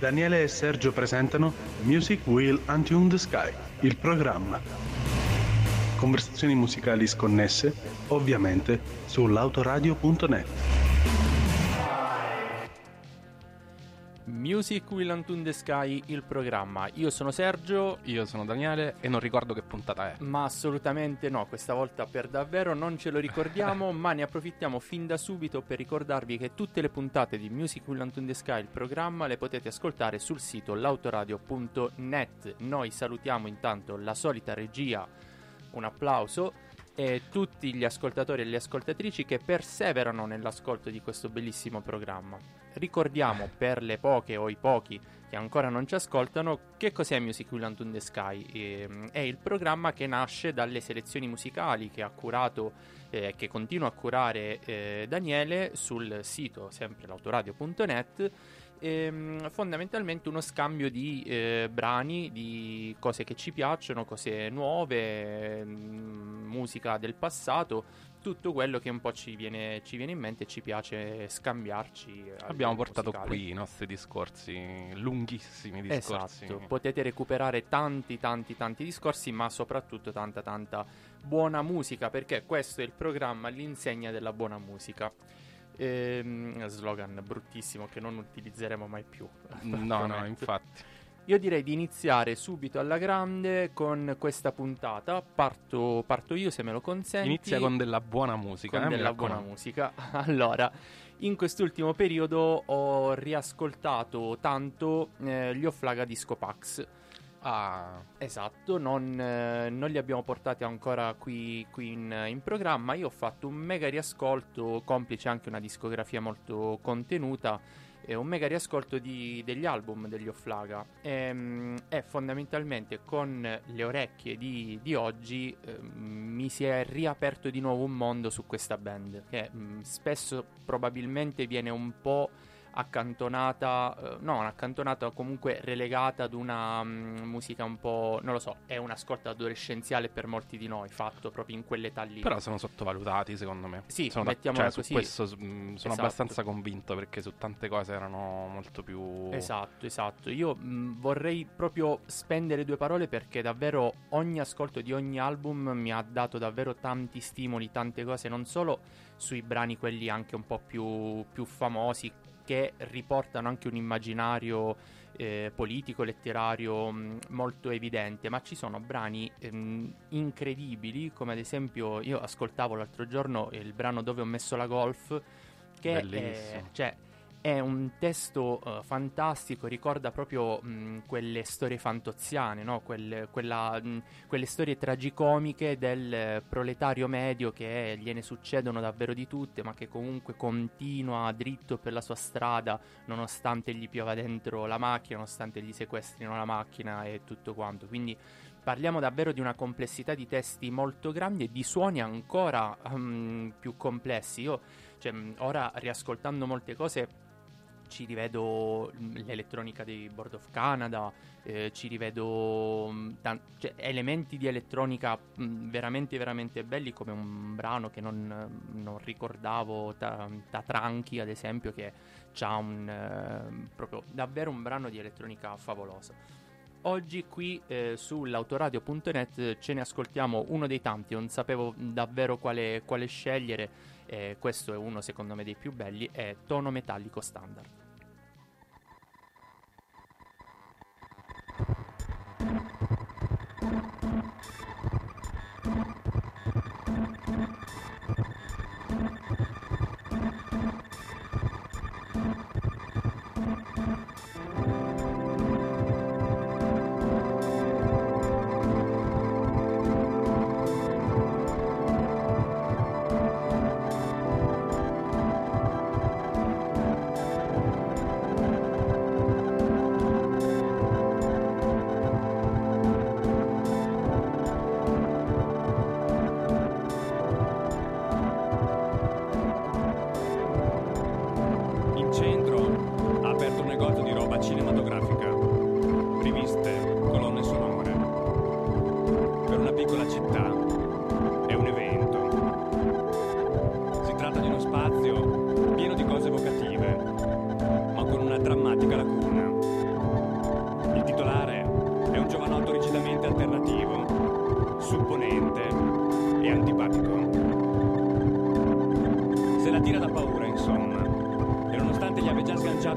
Daniele e Sergio presentano Music Will Untune the Sky, il programma. Conversazioni musicali sconnesse, ovviamente, sull'autoradio.net. Music Will Untune the Sky, il programma. Io sono Sergio. Io sono Daniele e non ricordo che puntata è. Ma assolutamente no, questa volta per davvero non ce lo ricordiamo, ma ne approfittiamo fin da subito per ricordarvi che tutte le puntate di Music Will Untune the Sky, il programma, le potete ascoltare sul sito l'autoradio.net. Noi salutiamo intanto la solita regia, un applauso, e tutti gli ascoltatori e le ascoltatrici che perseverano nell'ascolto di questo bellissimo programma. Ricordiamo per le poche o i pochi che ancora non ci ascoltano che cos'è Music Will Untune the Sky. È il programma che nasce dalle selezioni musicali che ha curato, che continua a curare Daniele sul sito sempre l'autoradio.net. Fondamentalmente uno scambio di brani, di cose che ci piacciono, cose nuove, musica del passato, tutto quello che un po' ci viene in mente e ci piace scambiarci. Abbiamo portato qui i nostri discorsi, lunghissimi discorsi. Esatto, potete recuperare tanti discorsi, ma soprattutto tanta buona musica, perché questo è il programma all'insegna della buona musica. Slogan bruttissimo che non utilizzeremo mai più. No, infatti. Io direi di iniziare subito alla grande con questa puntata. Parto io, se me lo consenti. Inizia con della buona musica. Con della buona musica. Allora, in quest'ultimo periodo ho riascoltato tanto gli Offlaga Disco Pax. Ah, esatto, non li abbiamo portati ancora qui in programma. Io ho fatto un mega riascolto, complice anche una discografia molto contenuta, un mega riascolto degli album degli Offlaga. E fondamentalmente con le orecchie di oggi mi si è riaperto di nuovo un mondo su questa band che spesso probabilmente viene un po' accantonata, comunque relegata ad una musica un po', non lo so, è un ascolto adolescenziale per molti di noi, fatto proprio in quell'età lì. Però sono sottovalutati secondo me. Sì, mettiamola così. Su questo sono esatto. abbastanza convinto, perché su tante cose erano molto più... Esatto. Io vorrei proprio spendere due parole, perché davvero ogni ascolto di ogni album mi ha dato davvero tanti stimoli, tante cose, non solo sui brani quelli anche un po' più famosi, che riportano anche un immaginario politico, letterario molto evidente, ma ci sono brani incredibili, come ad esempio io ascoltavo l'altro giorno il brano Dove ho messo la golf, che è un testo fantastico, ricorda proprio quelle storie fantoziane, no? Quelle storie tragicomiche del proletario medio che gliene succedono davvero di tutte, ma che comunque continua dritto per la sua strada nonostante gli piova dentro la macchina, nonostante gli sequestrino la macchina e tutto quanto. Quindi parliamo davvero di una complessità di testi molto grandi e di suoni ancora più complessi. Io ora, riascoltando molte cose, ci rivedo l'elettronica dei Board of Canada, ci rivedo elementi di elettronica veramente belli, come un brano che non ricordavo, Tatranchi ad esempio, che c'ha proprio davvero un brano di elettronica favolosa. Oggi qui sull'autoradio.net ce ne ascoltiamo uno dei tanti, non sapevo davvero quale scegliere. Questo è uno secondo me dei più belli, è Tono Metallico Standard.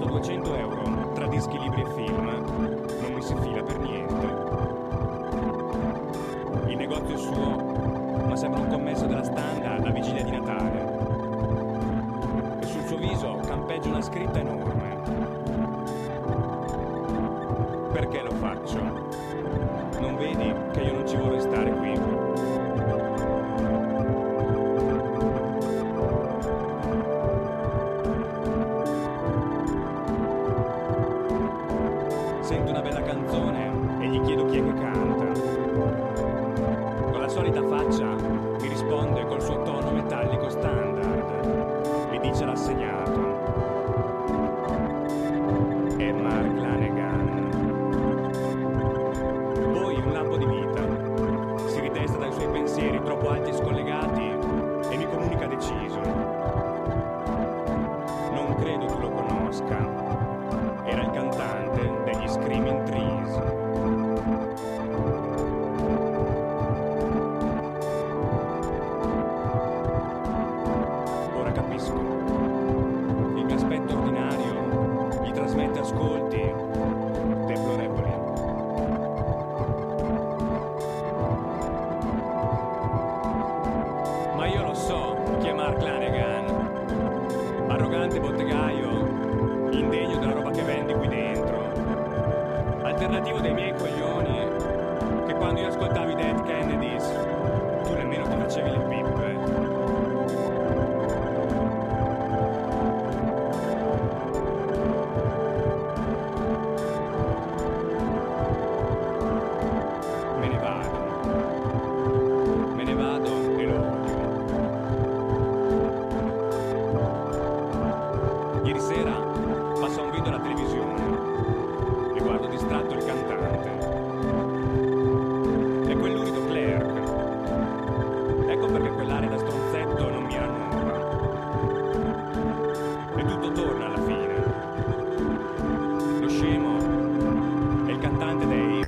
200 euro tra dischi, libri e film non mi si fila per niente. Il negozio è suo, ma sembra un commesso della Standard a vigilia di Natale. E sul suo viso campeggia una scritta enorme. Perché lo faccio? Non vedi che io non ci vorrei stare qui? Sento una bella canzone e gli chiedo chi è che canta. Con la solita faccia mi risponde col suo tono metallico standard. Mi dice l'assegnato. È Mark Lanegan. Poi un lampo di vita. Si ridesta dai suoi pensieri troppo alti e scollegati e mi comunica deciso. Non credo tu lo conosca. Era il cantante degli Screaming Trees. Ora capisco. Il mio aspetto ordinario gli trasmette ascolti deplorevoli. Ma io lo so chi è Mark Lanegan. Arrogante bottegaio, indegno della roba che vendi qui dentro, alternativo dei miei coglioni, che quando io ascoltavo i Dead Kennedys tu nemmeno ti facevi le pippe. Me ne vado e lo odio. Ieri sera passa un video alla televisione e guardo distratto il cantante. È quell'urido Clerk. Ecco perché quell'area da stronzetto non mi era nuova. E tutto torna alla fine. Lo scemo è il cantante dei...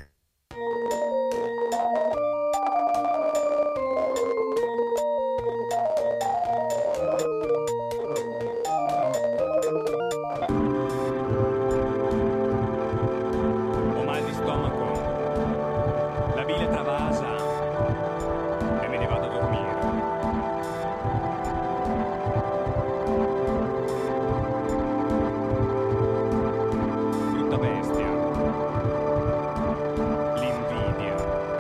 Ho mal di stomaco, la bile travasa e me ne vado a dormire. Brutta bestia, l'invidia.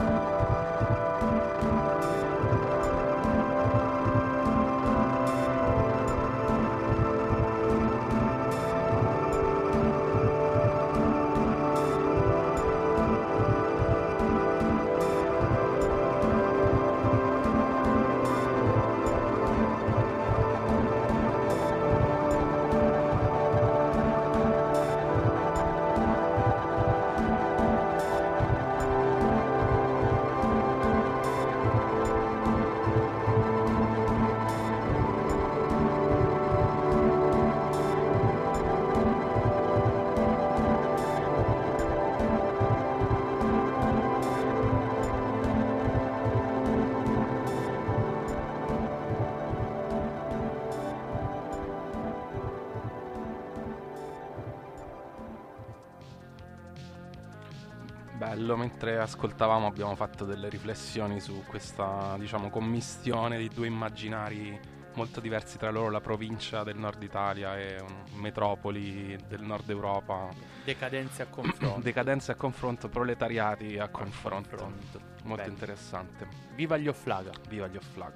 Bello, mentre ascoltavamo abbiamo fatto delle riflessioni su questa, diciamo, commistione di due immaginari molto diversi tra loro, la provincia del nord Italia e metropoli del nord Europa. Decadenze a confronto. Decadenze a confronto, proletariati a confronto. Molto Bello. interessante. Viva gli Offlaga. Viva gli Offlaga.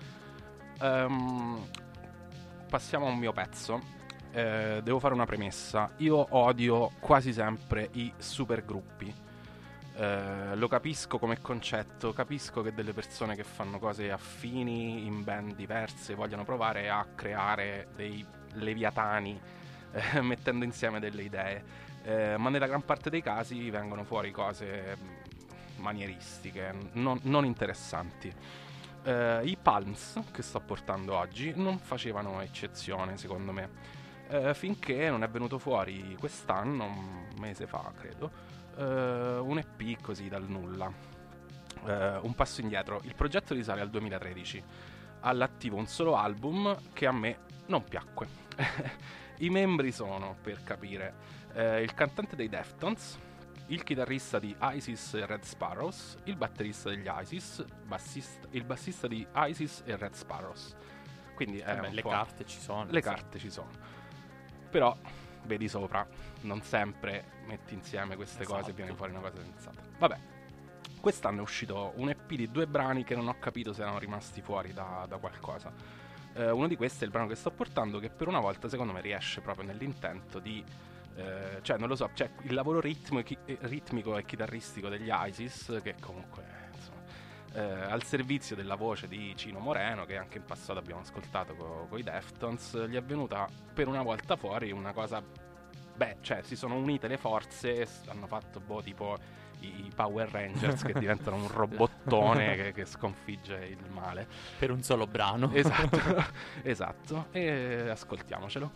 Passiamo a un mio pezzo. Devo fare una premessa. Io odio quasi sempre i supergruppi. Lo capisco come concetto, capisco che delle persone che fanno cose affini in band diverse vogliano provare a creare dei leviatani mettendo insieme delle idee, ma nella gran parte dei casi vengono fuori cose manieristiche, non interessanti. I Palms che sto portando oggi non facevano eccezione, secondo me, finché non è venuto fuori quest'anno, un mese fa credo, un EP così dal nulla. Un passo indietro, il progetto risale al 2013, all'attivo un solo album che a me non piacque I membri sono, per capire, il cantante dei Deftones, il chitarrista di ISIS e Red Sparrows, il batterista degli ISIS, il bassista di ISIS e Red Sparrows. Quindi le carte ci sono. Le carte ci sono. Però, vedi sopra, non sempre metti insieme queste cose e viene fuori una cosa sensata. Vabbè, quest'anno è uscito un EP di 2 brani che non ho capito se erano rimasti fuori da qualcosa. Uno di questi è il brano che sto portando, che per una volta secondo me riesce proprio nell'intento di cioè non lo so, cioè il lavoro ritmico e chitarristico degli ISIS, che comunque insomma, al servizio della voce di Cino Moreno, che anche in passato abbiamo ascoltato con i Deftones, gli è venuta per una volta fuori una cosa, cioè si sono unite le forze, hanno fatto tipo i Power Rangers che diventano un robottone che sconfigge il male per un solo brano. Esatto, e ascoltiamocelo.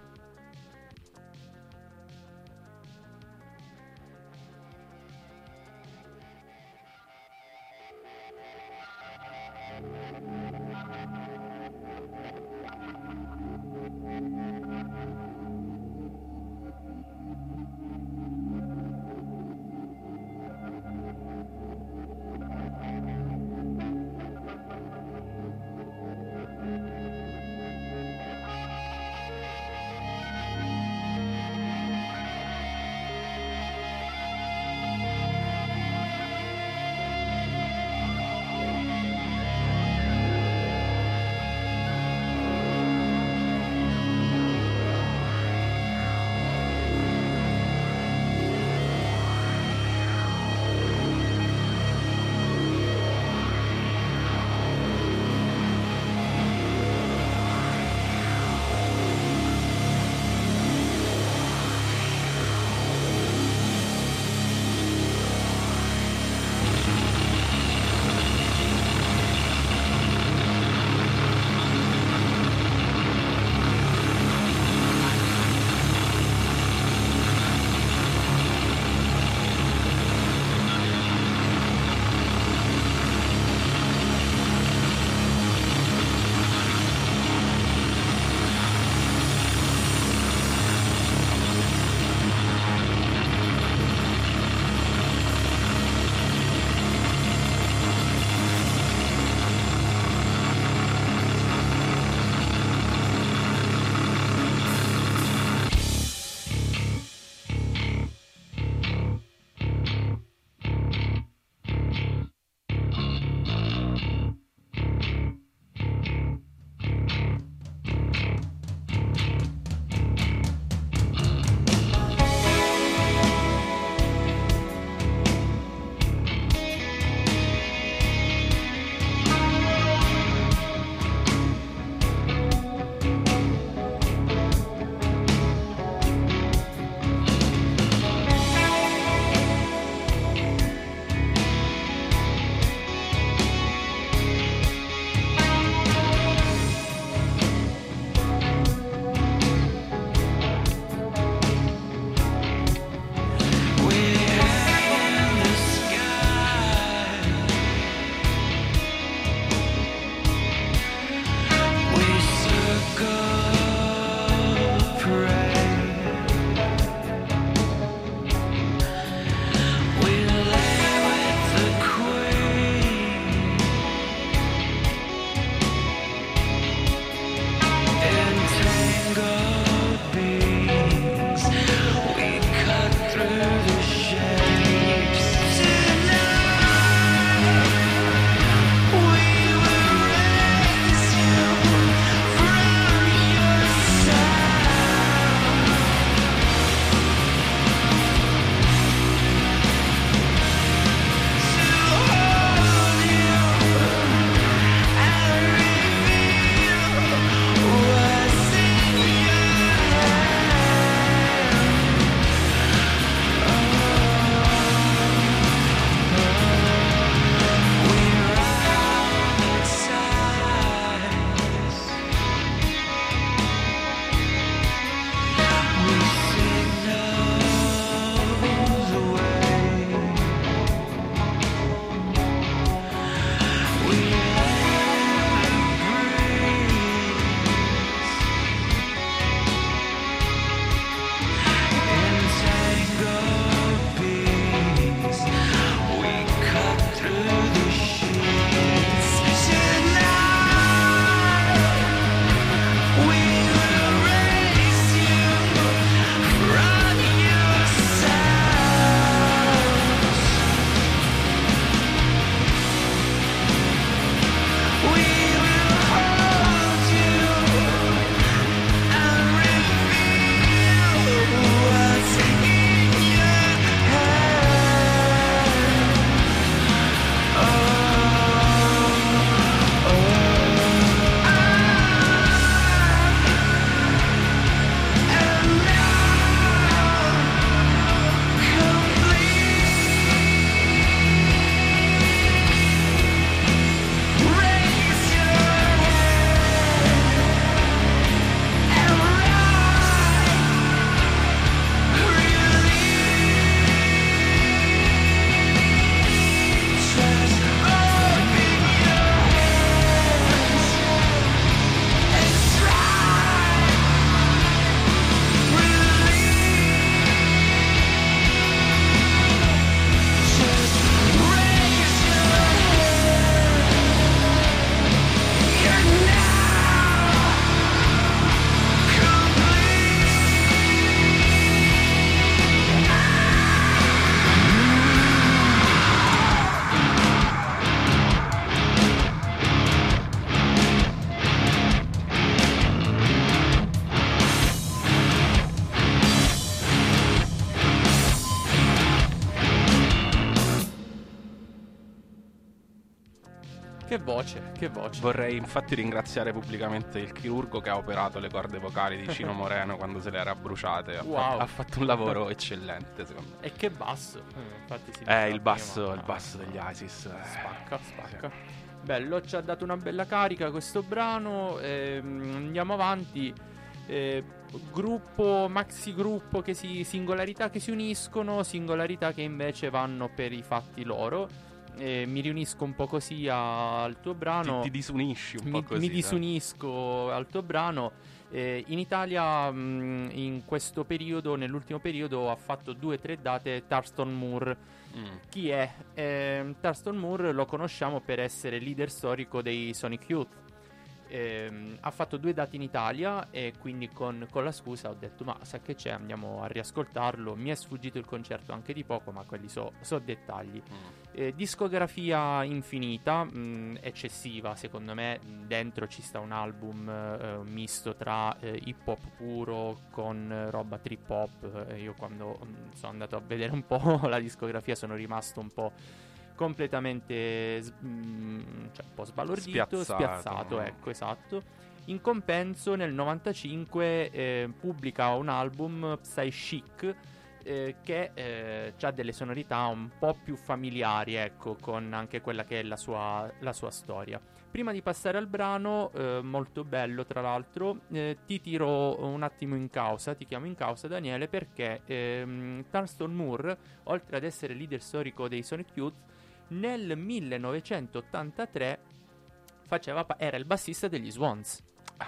Che voce. Vorrei infatti ringraziare pubblicamente il chirurgo che ha operato le corde vocali di Cino Moreno quando se le era bruciate. Wow. Ha fatto un lavoro eccellente, secondo me. E che basso. Infatti Il basso degli Isis. Spacca. Bello, ci ha dato una bella carica questo brano. Andiamo avanti. Gruppo, maxi gruppo, singolarità che si uniscono, singolarità che invece vanno per i fatti loro. Mi riunisco un po' così al tuo brano. Ti disunisci un po' così. Mi disunisco al tuo brano. In Italia, in questo periodo, nell'ultimo periodo, ha fatto 2 o 3 date Thurston Moore. Chi è? Thurston Moore lo conosciamo per essere leader storico dei Sonic Youth. Ha fatto 2 date in Italia e quindi con la scusa ho detto ma sa che c'è, andiamo a riascoltarlo. Mi è sfuggito il concerto anche di poco, ma quelli so dettagli. Discografia infinita, eccessiva secondo me. Dentro ci sta un album misto tra hip hop puro con roba trip hop. Io quando sono andato a vedere un po' la discografia sono rimasto un po' completamente un po' sbalordito, spiazzato, ecco, esatto. In compenso nel 95 pubblica un album, Psy Chic, che ha delle sonorità un po' più familiari, ecco, con anche quella che è la sua storia. Prima di passare al brano, molto bello tra l'altro, ti tiro un attimo in causa, ti chiamo in causa Daniele, perché Thurston Moore, oltre ad essere leader storico dei Sonic Youth, nel 1983 era il bassista degli Swans.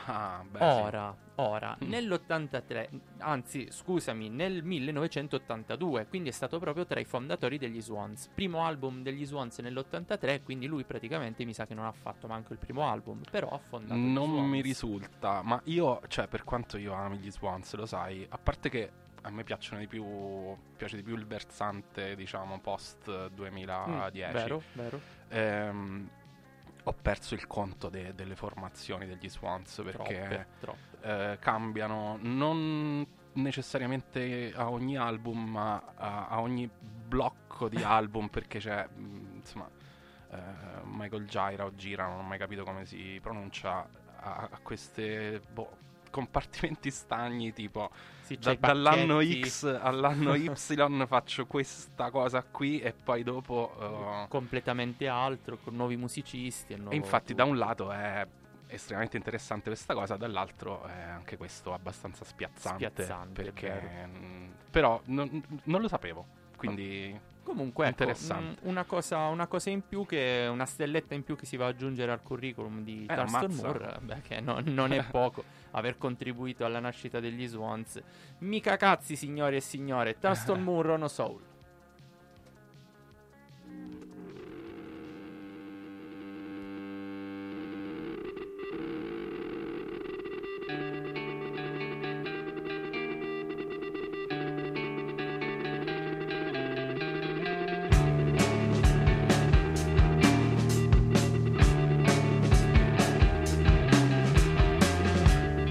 Ora, nell'83, anzi scusami, nel 1982, quindi è stato proprio tra i fondatori degli Swans. Primo album degli Swans nell'83, quindi lui praticamente mi sa che non ha fatto manco il primo album, però ha fondato gli Non Swans. mi risulta, ma io, per quanto io ami gli Swans, lo sai, a parte che a me piace di più il versante, diciamo, post 2010. Vero. Ho perso il conto delle formazioni degli Swans perché troppe. Cambiano non necessariamente a ogni album, ma a ogni blocco di album, perché c'è Michael Gira o Gira, non ho mai capito come si pronuncia, a queste compartimenti stagni, tipo dall'anno X all'anno Y faccio questa cosa qui e poi dopo completamente altro, con nuovi musicisti e infatti tutto. Da un lato è estremamente interessante questa cosa, dall'altro è anche questo abbastanza spiazzante perché però non lo sapevo, quindi comunque interessante. Una cosa in più, una stelletta in più che si va ad aggiungere al curriculum di Thurston Moore, che non è poco aver contribuito alla nascita degli Swans. Mica cazzi, signori e signore. Thurston Moore, Ono Soul.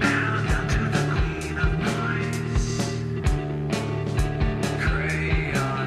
Down to the queen of noise, crayon.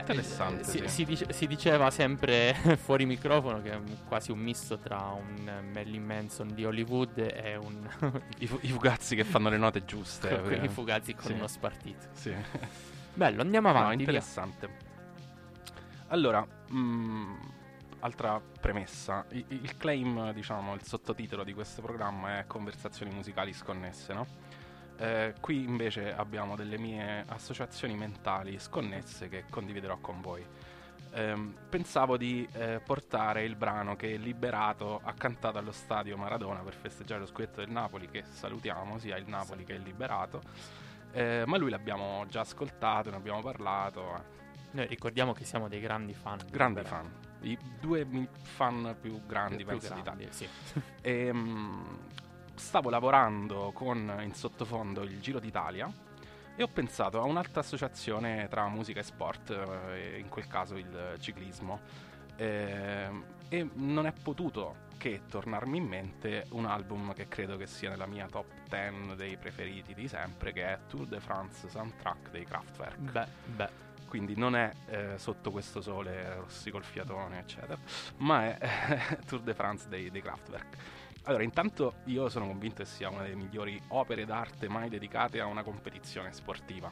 interessante. Si diceva sempre fuori microfono che è quasi un misto tra un Marilyn Manson di Hollywood e un I fugazzi che fanno le note giuste. quelli fugazzi con Sì. uno spartito. Sì. Bello, andiamo No, avanti. Via. interessante. Allora, altra premessa. Il claim, diciamo, il sottotitolo di questo programma è Conversazioni musicali sconnesse, no? Qui invece abbiamo delle mie associazioni mentali sconnesse che condividerò con voi. Pensavo di portare il brano che Liberato ha cantato allo stadio Maradona per festeggiare lo scudetto del Napoli, che salutiamo, sia il Napoli che il Liberato. Ma lui l'abbiamo già ascoltato, ne abbiamo parlato. Noi ricordiamo che siamo dei grandi fan. Grandi fan, i due fan più grandi, penso, d'Italia. Sì. E, stavo lavorando con in sottofondo il Giro d'Italia e ho pensato a un'altra associazione tra musica e sport, in quel caso il ciclismo, e non è potuto che tornarmi in mente un album che credo che sia nella mia top 10 dei preferiti di sempre, che è Tour de France Soundtrack dei Kraftwerk. Beh. Quindi non è Sotto questo sole, Rossi col fiatone, eccetera, ma è Tour de France dei Kraftwerk. Allora, intanto io sono convinto che sia una delle migliori opere d'arte mai dedicate a una competizione sportiva.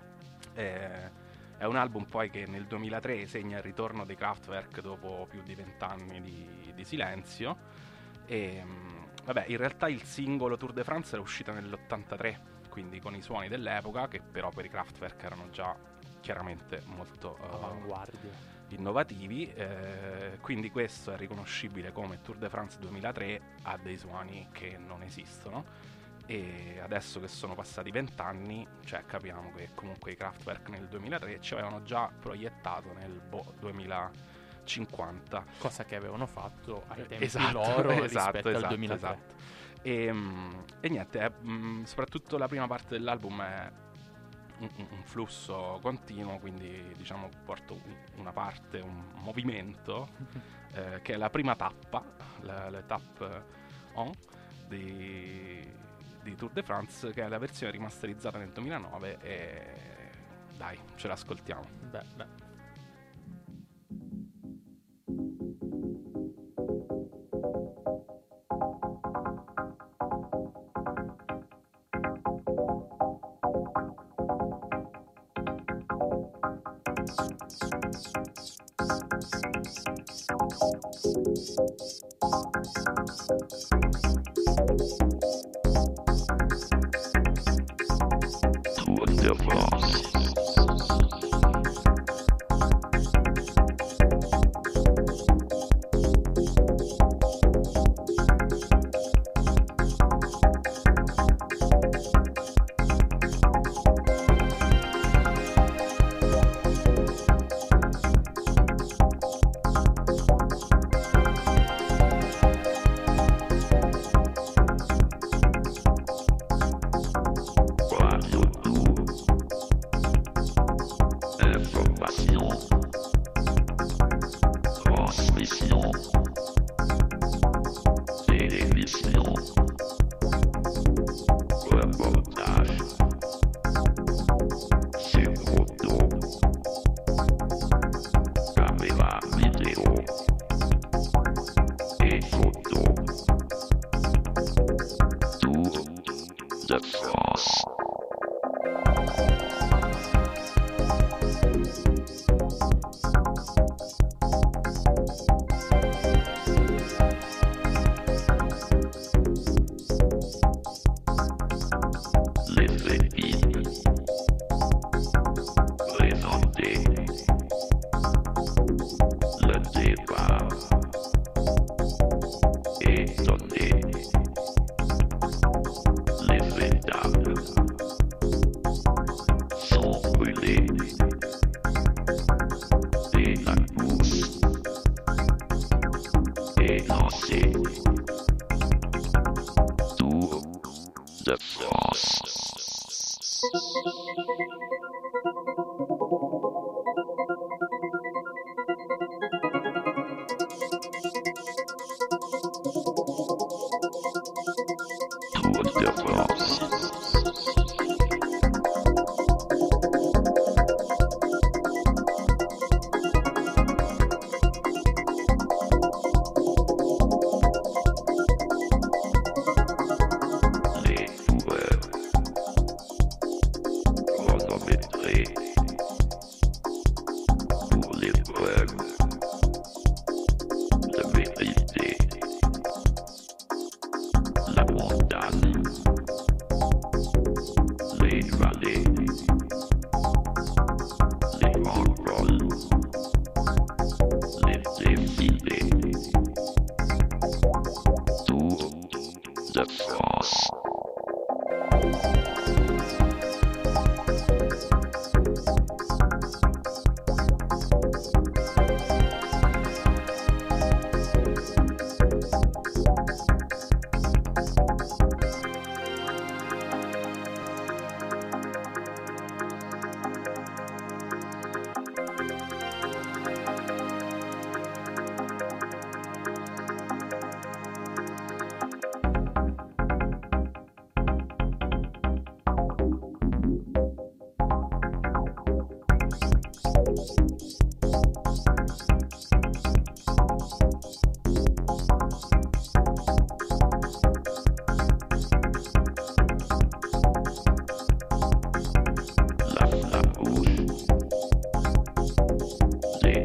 È un album poi che nel 2003 segna il ritorno dei Kraftwerk dopo più di 20 anni di silenzio. E vabbè, in realtà il singolo Tour de France era uscito nell'83, quindi con i suoni dell'epoca, che però per i Kraftwerk erano già chiaramente molto avanguardia, innovativi, quindi questo è riconoscibile come Tour de France 2003, ha dei suoni che non esistono, e adesso che sono passati 20 anni, cioè capiamo che comunque i Kraftwerk nel 2003 ci avevano già proiettato nel 2050, cosa che avevano fatto ai tempi esatto, loro esatto, rispetto al 2003. esatto. E niente, soprattutto la prima parte dell'album è un flusso continuo, quindi diciamo porto una parte, un movimento che è la prima tappa, la tappe on di Tour de France, che è la versione rimasterizzata nel 2009, e dai, ce l'ascoltiamo. Beh.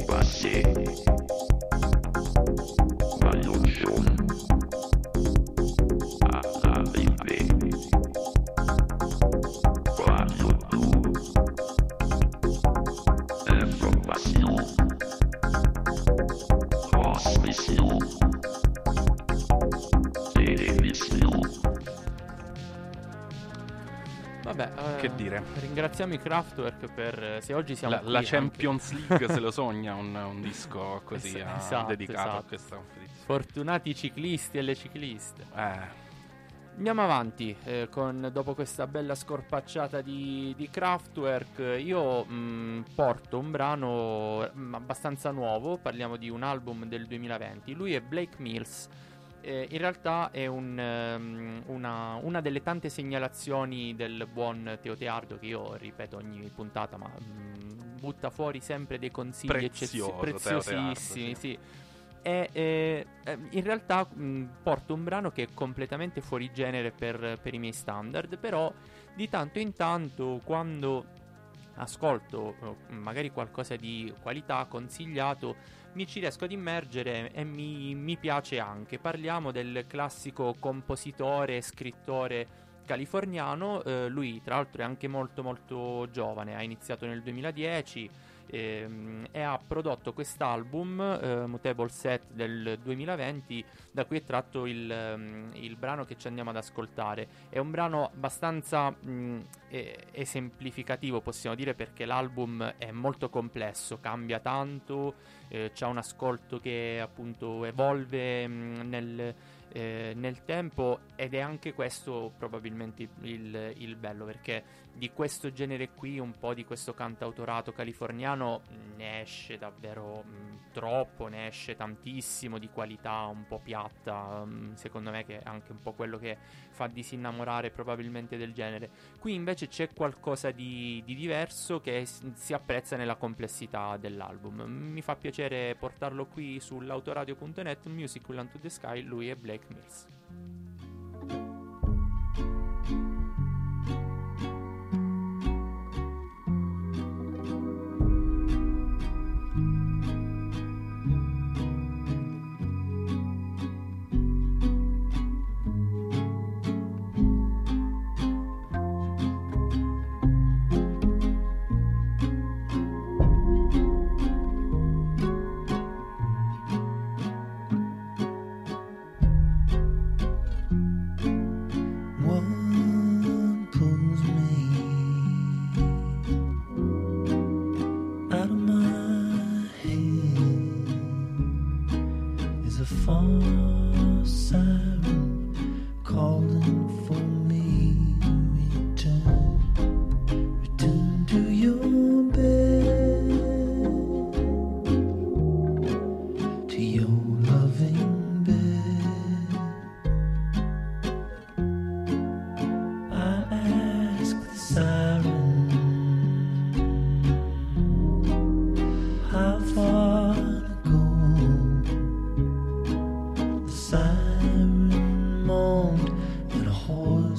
passé va l'option à arriver. Radio tout. Information. Transmission. Télévision. Vabbè, Che dire? ringraziamo i Kraftwerk per se oggi siamo qui La anche- Champions League se lo sogna un disco così Esatto, dedicato a esatto. questa competizione. Fortunati i ciclisti e le cicliste. Andiamo avanti dopo questa bella scorpacciata di Kraftwerk. Io porto un brano abbastanza nuovo. Parliamo di un album del 2020. Lui è Blake Mills. In realtà è una delle tante segnalazioni del buon Teo Teardo, che io ripeto ogni puntata, ma butta fuori sempre dei consigli Prezioso, preziosissimi. Teo Teardo, sì. E in realtà porto un brano che è completamente fuori genere per i miei standard, però di tanto in tanto, quando ascolto magari qualcosa di qualità consigliato, mi ci riesco ad immergere e mi piace anche. Parliamo del classico compositore e scrittore californiano. Lui tra l'altro è anche molto molto giovane, ha iniziato nel 2010 e ha prodotto quest'album Mutable Set del 2020, da cui è tratto il brano che ci andiamo ad ascoltare. È un brano abbastanza esemplificativo, possiamo dire, perché l'album è molto complesso, cambia tanto, c'ha un ascolto che appunto evolve nel tempo, ed è anche questo probabilmente il bello, perché di questo genere qui, un po' di questo cantautorato californiano, ne esce davvero troppo, ne esce tantissimo di qualità un po' piatta, secondo me, che è anche un po' quello che fa disinnamorare probabilmente del genere. Qui invece c'è qualcosa di diverso che si apprezza nella complessità dell'album. Mi fa piacere portarlo qui sull'autoradio.net. Music Will Unto the Sky, lui è Blake Mills. Siren moaned and a horse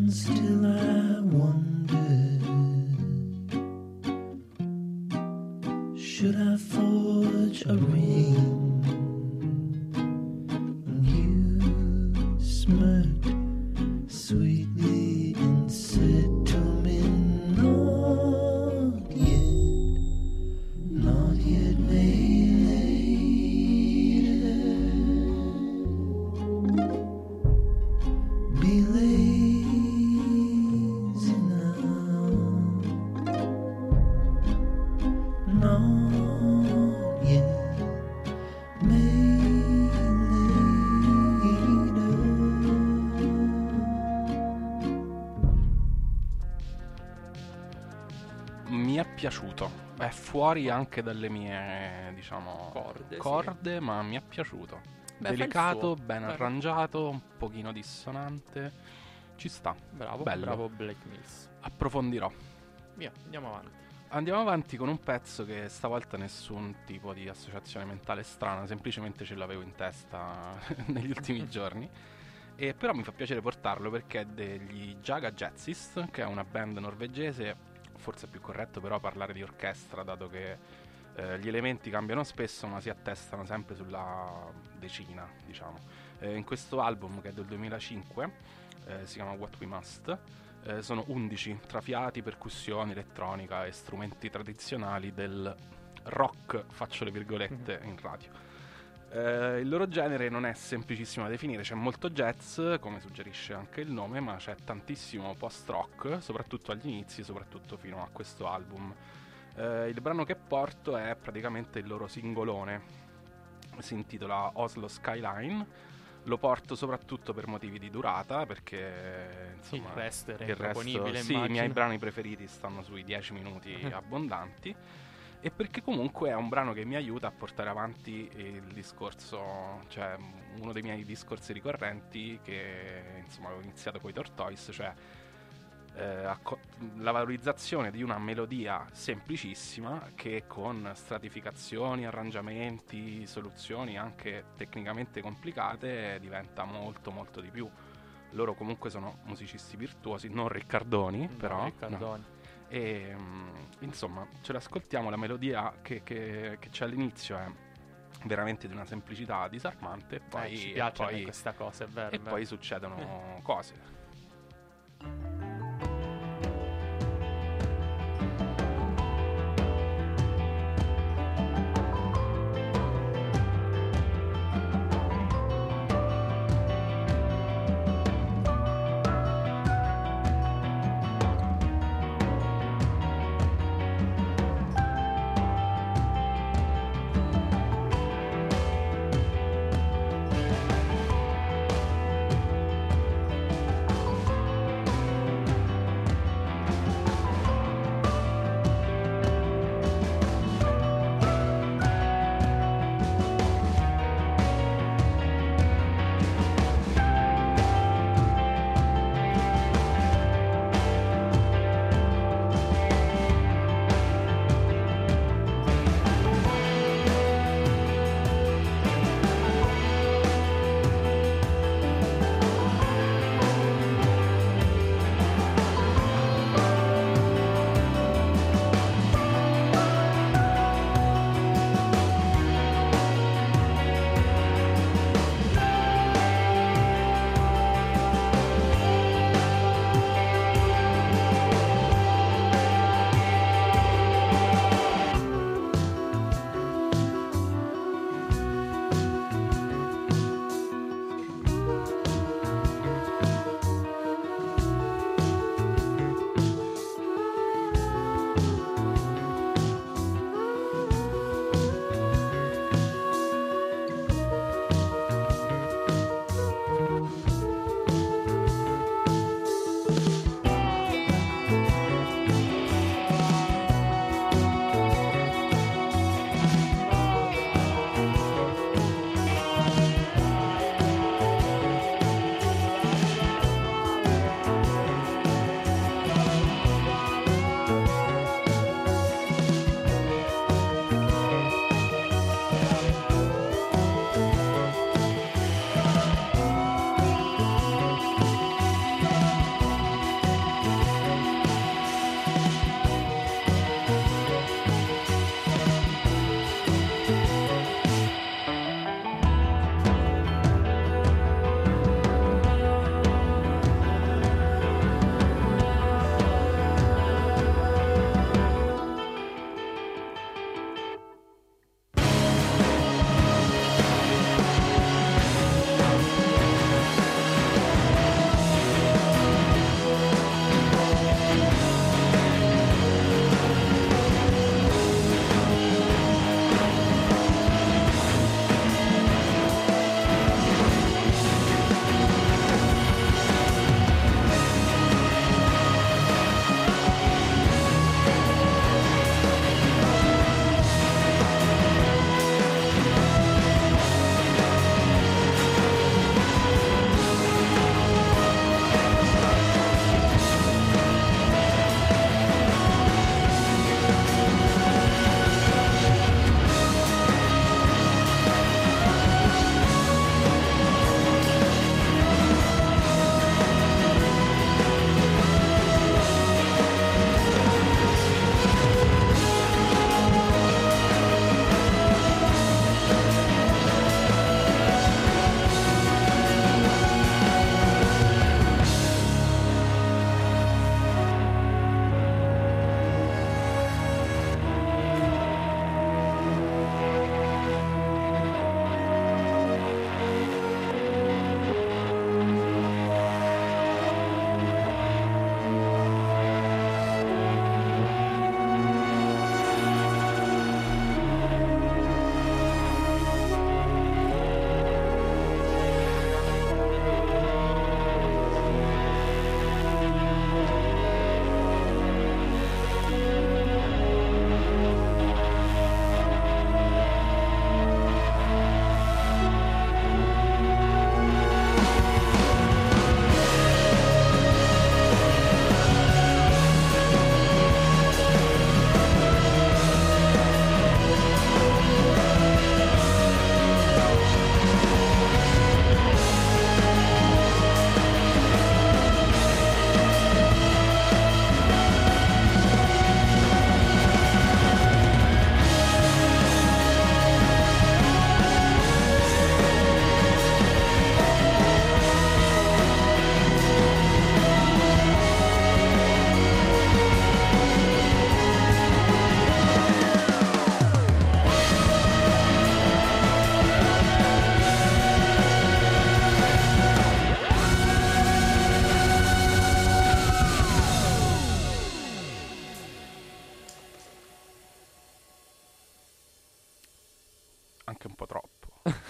And still I wonder, should I forge a ring? And you smirked sweetly and said to me, not yet, later. Be lazy now, not yet, maybe later. Mi è piaciuto. È fuori anche dalle mie, diciamo, Corde, ma mi è piaciuto. Beh, fa il Delicato, suo. ben Bello. arrangiato, un pochino dissonante. Ci sta. Bravo, Bello. bravo Black Mills. Approfondirò. Via, andiamo avanti. Andiamo avanti con un pezzo che stavolta nessun tipo di associazione mentale strana, semplicemente ce l'avevo in testa negli ultimi giorni. E però mi fa piacere portarlo perché è degli Jaga Jazzist, che è una band norvegese. Forse è più corretto però parlare di orchestra, dato che gli elementi cambiano spesso ma si attestano sempre sulla decina, diciamo. In questo album, che è del 2005, si chiama What We Must, sono 11 tra fiati, percussioni, elettronica e strumenti tradizionali del rock, faccio le virgolette in radio. Il loro genere non è semplicissimo da definire, c'è molto jazz, come suggerisce anche il nome, ma c'è tantissimo post-rock, soprattutto agli inizi, soprattutto fino a questo album. Il brano che porto è praticamente il loro singolone, si intitola Oslo Skyline. Lo porto soprattutto per motivi di durata, perché insomma Il resto era il resto, improponibile, sì, i miei immagino. brani preferiti stanno sui 10 minuti abbondanti. E perché comunque è un brano che mi aiuta a portare avanti il discorso, cioè uno dei miei discorsi ricorrenti che insomma avevo iniziato con i Tortoise, cioè la valorizzazione di una melodia semplicissima che con stratificazioni, arrangiamenti, soluzioni anche tecnicamente complicate diventa molto molto di più. Loro comunque sono musicisti virtuosi, non Riccardoni, però no. Riccardoni. E insomma ce l'ascoltiamo, la melodia che c'è all'inizio è veramente di una semplicità disarmante, e poi, Ci piace e poi, questa cosa, è vero. e è vero. poi succedono cose.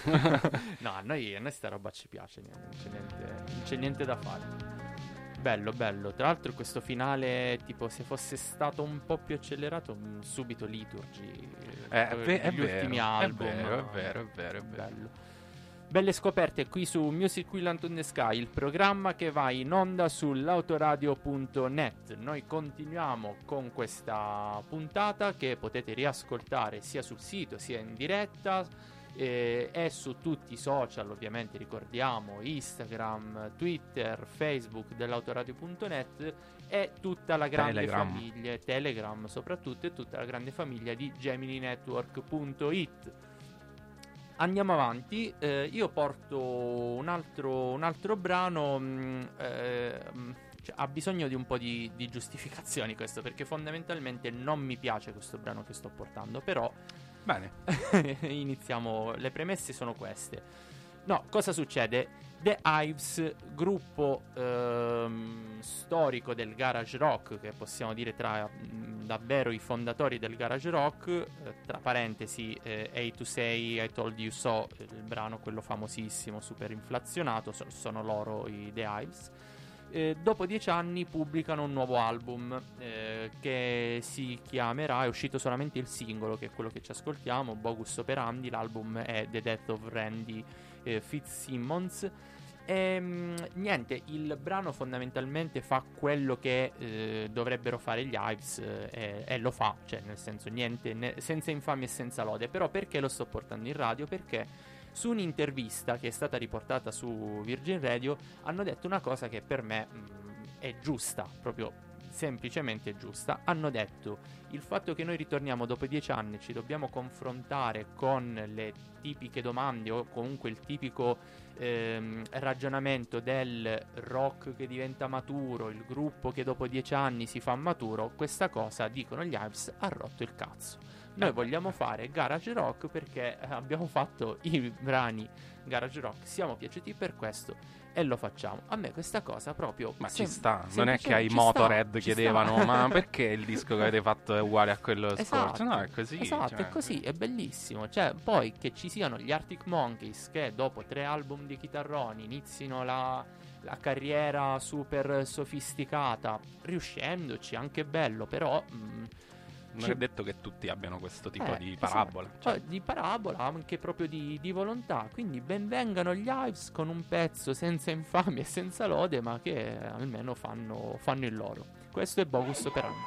No, a noi sta roba ci piace, non c'è niente da fare. Bello, bello. Tra l'altro questo finale, tipo, se fosse stato un po' più accelerato, subito Liturgy, gli ultimi album. È vero. Bello. Belle scoperte qui su Music Will on the Sky, il programma che va in onda sull'autoradio.net. Noi continuiamo con questa puntata che potete riascoltare sia sul sito sia in diretta e su tutti i social, ovviamente ricordiamo Instagram, Twitter, Facebook dell'autoradio.net e tutta la grande famiglia, Telegram soprattutto, e tutta la grande famiglia di GeminiNetwork.it. Andiamo avanti, io porto un altro brano, ha bisogno di un po' di giustificazioni questo, perché fondamentalmente non mi piace questo brano che sto portando, però bene. iniziamo, le premesse sono queste. No, cosa succede? The Hives, gruppo storico del garage rock, che possiamo dire tra davvero i fondatori del garage rock, tra parentesi A to Say, I Told You So, il brano quello famosissimo, super inflazionato, sono loro i The Hives. Dopo 10 anni pubblicano un nuovo album che si chiamerà, è uscito solamente il singolo, che è quello che ci ascoltiamo, Bogus Operandi. L'album è The Death of Randy Fitzsimmons. Niente, il brano fondamentalmente fa quello che dovrebbero fare gli Hives, e lo fa, cioè nel senso niente, senza infamia e senza lode. Però perché lo sto portando in radio? Perché su un'intervista che è stata riportata su Virgin Radio hanno detto una cosa che per me è giusta, proprio semplicemente giusta. Hanno detto: il fatto che noi ritorniamo dopo 10 anni, ci dobbiamo confrontare con le tipiche domande o comunque il tipico ragionamento del rock che diventa maturo, il gruppo che dopo 10 anni si fa maturo, questa cosa, dicono gli Hives, ha rotto il cazzo. Noi vogliamo fare garage rock perché abbiamo fatto i brani garage rock, siamo piaciuti per questo e lo facciamo. A me questa cosa proprio... Ma ci sta, non è che ai Motorhead chiedevano ma perché il disco che avete fatto è uguale a quello scorso? No, è così. Esatto, cioè. è così, è bellissimo. Cioè, poi che ci siano gli Arctic Monkeys che dopo 3 album di chitarroni inizino la carriera super sofisticata, riuscendoci, anche bello, però... non è detto che tutti abbiano questo tipo di parabola. Esatto. Cioè, di parabola, anche proprio di volontà. Quindi benvengano gli Hives con un pezzo senza infamia e senza lode, ma che almeno fanno il loro. Questo è Bogus Operandi.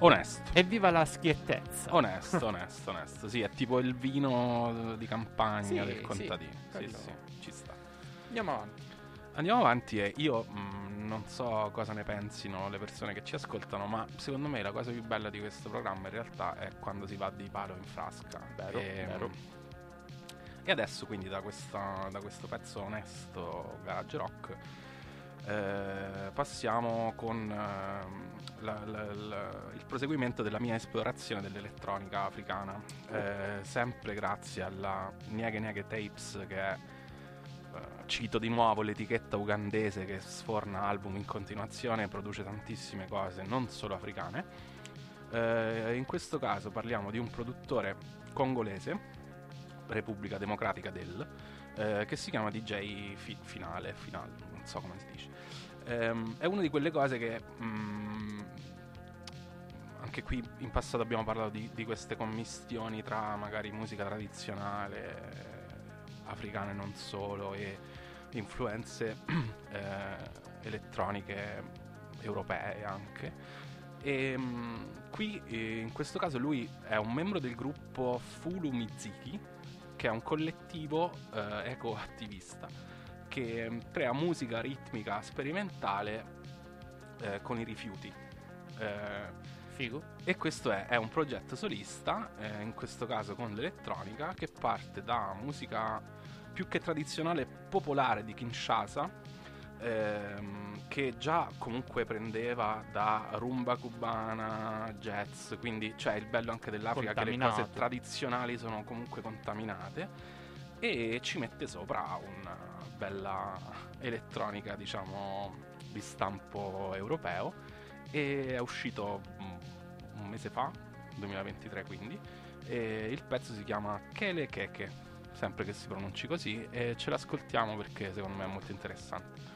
Onesto. Evviva la schiettezza. Onesto. Sì, è tipo il vino di campagna Sì, del contadino. sì, Sì, quello. sì, ci sta. Andiamo avanti. Andiamo avanti e io non so cosa ne pensino le persone che ci ascoltano, ma secondo me la cosa più bella di questo programma in realtà è quando si va di palo in frasca. Vero, vero. E adesso quindi da questo pezzo onesto garage rock passiamo con il proseguimento della mia esplorazione dell'elettronica africana, sempre grazie alla Nieghe Nieghe Tapes, che è, cito di nuovo l'etichetta ugandese che sforna album in continuazione, produce tantissime cose, non solo africane. In questo caso parliamo di un produttore congolese, Repubblica Democratica del, che si chiama DJ Finale, non so come si dice. È una di quelle cose che anche qui in passato abbiamo parlato di queste commistioni tra magari musica tradizionale africane non solo e influenze elettroniche europee anche. E qui in questo caso lui è un membro del gruppo Fulu Miziki, che è un collettivo ecoattivista che crea musica ritmica sperimentale con i rifiuti. Figo. E questo è un progetto solista, in questo caso con l'elettronica, che parte da musica più che tradizionale popolare di Kinshasa, che già comunque prendeva da rumba cubana, jazz, quindi cioè il bello anche dell'Africa che le cose tradizionali sono comunque contaminate, e ci mette sopra una bella elettronica, diciamo, di stampo europeo, e è uscito un mese fa, 2023 quindi, e il pezzo si chiama Kele Keke, sempre che si pronunci così, e ce l'ascoltiamo perché secondo me è molto interessante.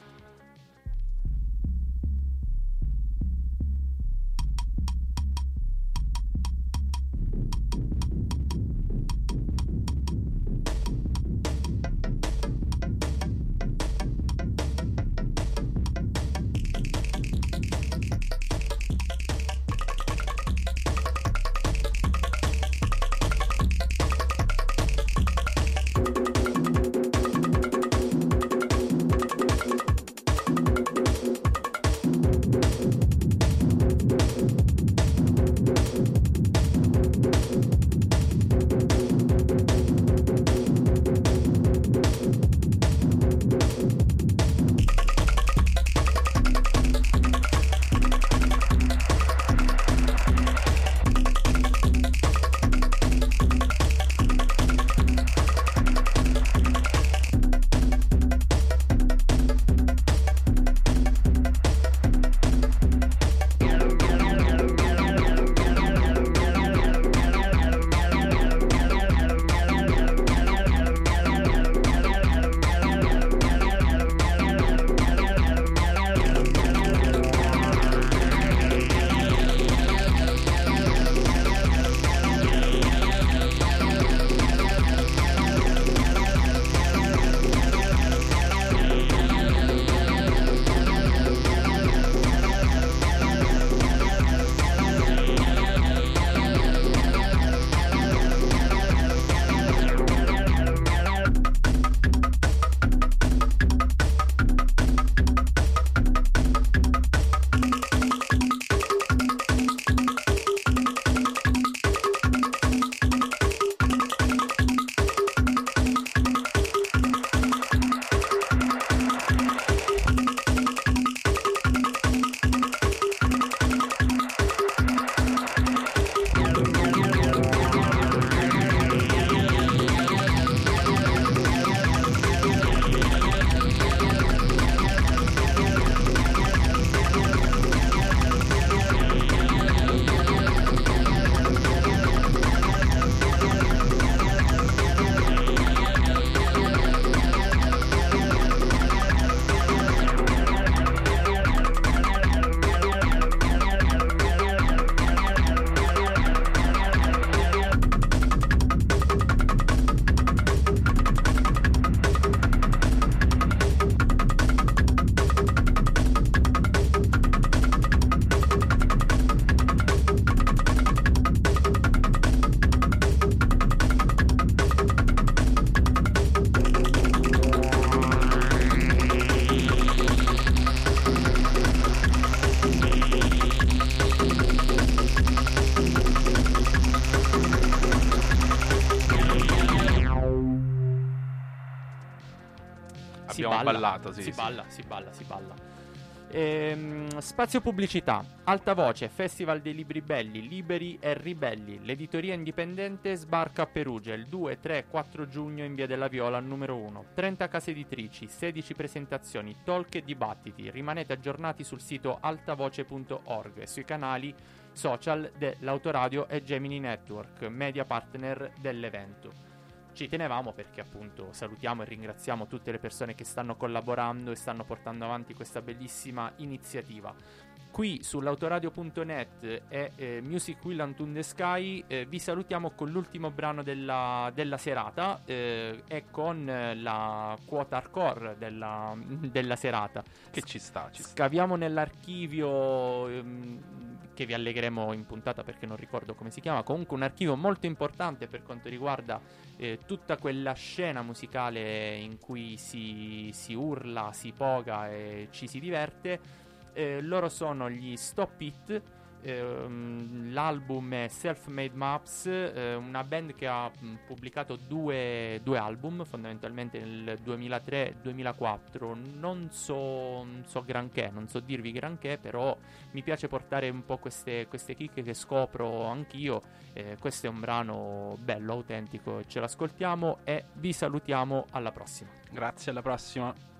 abbiamo ballato, sì, si sì. balla. Spazio pubblicità. Alta Voce, Festival dei Libri Belli, Liberi e Ribelli. L'editoria indipendente sbarca a Perugia il 2, 3, 4 giugno in Via della Viola numero 1. 30 case editrici, 16 presentazioni, talk e dibattiti. Rimanete aggiornati sul sito altavoce.org e sui canali social dell'Autoradio e Gemini Network, media partner dell'evento. Ci tenevamo perché appunto salutiamo e ringraziamo tutte le persone che stanno collaborando e stanno portando avanti questa bellissima iniziativa. Qui sull'autoradio.net e Music Will Unto the Sky vi salutiamo con l'ultimo brano della serata e con la quota hardcore della serata. Che ci sta. Scaviamo nell'archivio che vi allegheremo in puntata perché non ricordo come si chiama. Comunque un archivio molto importante per quanto riguarda tutta quella scena musicale in cui si urla, si poga e ci si diverte. Loro sono gli Stop It. L'album è Self-Made Maps, una band che ha pubblicato due album fondamentalmente nel 2003 e 2004. Non so granché, non so dirvi granché, però mi piace portare un po' queste chicche che scopro anch'io. Questo è un brano bello, autentico, ce l'ascoltiamo e vi salutiamo alla prossima. Grazie, alla prossima.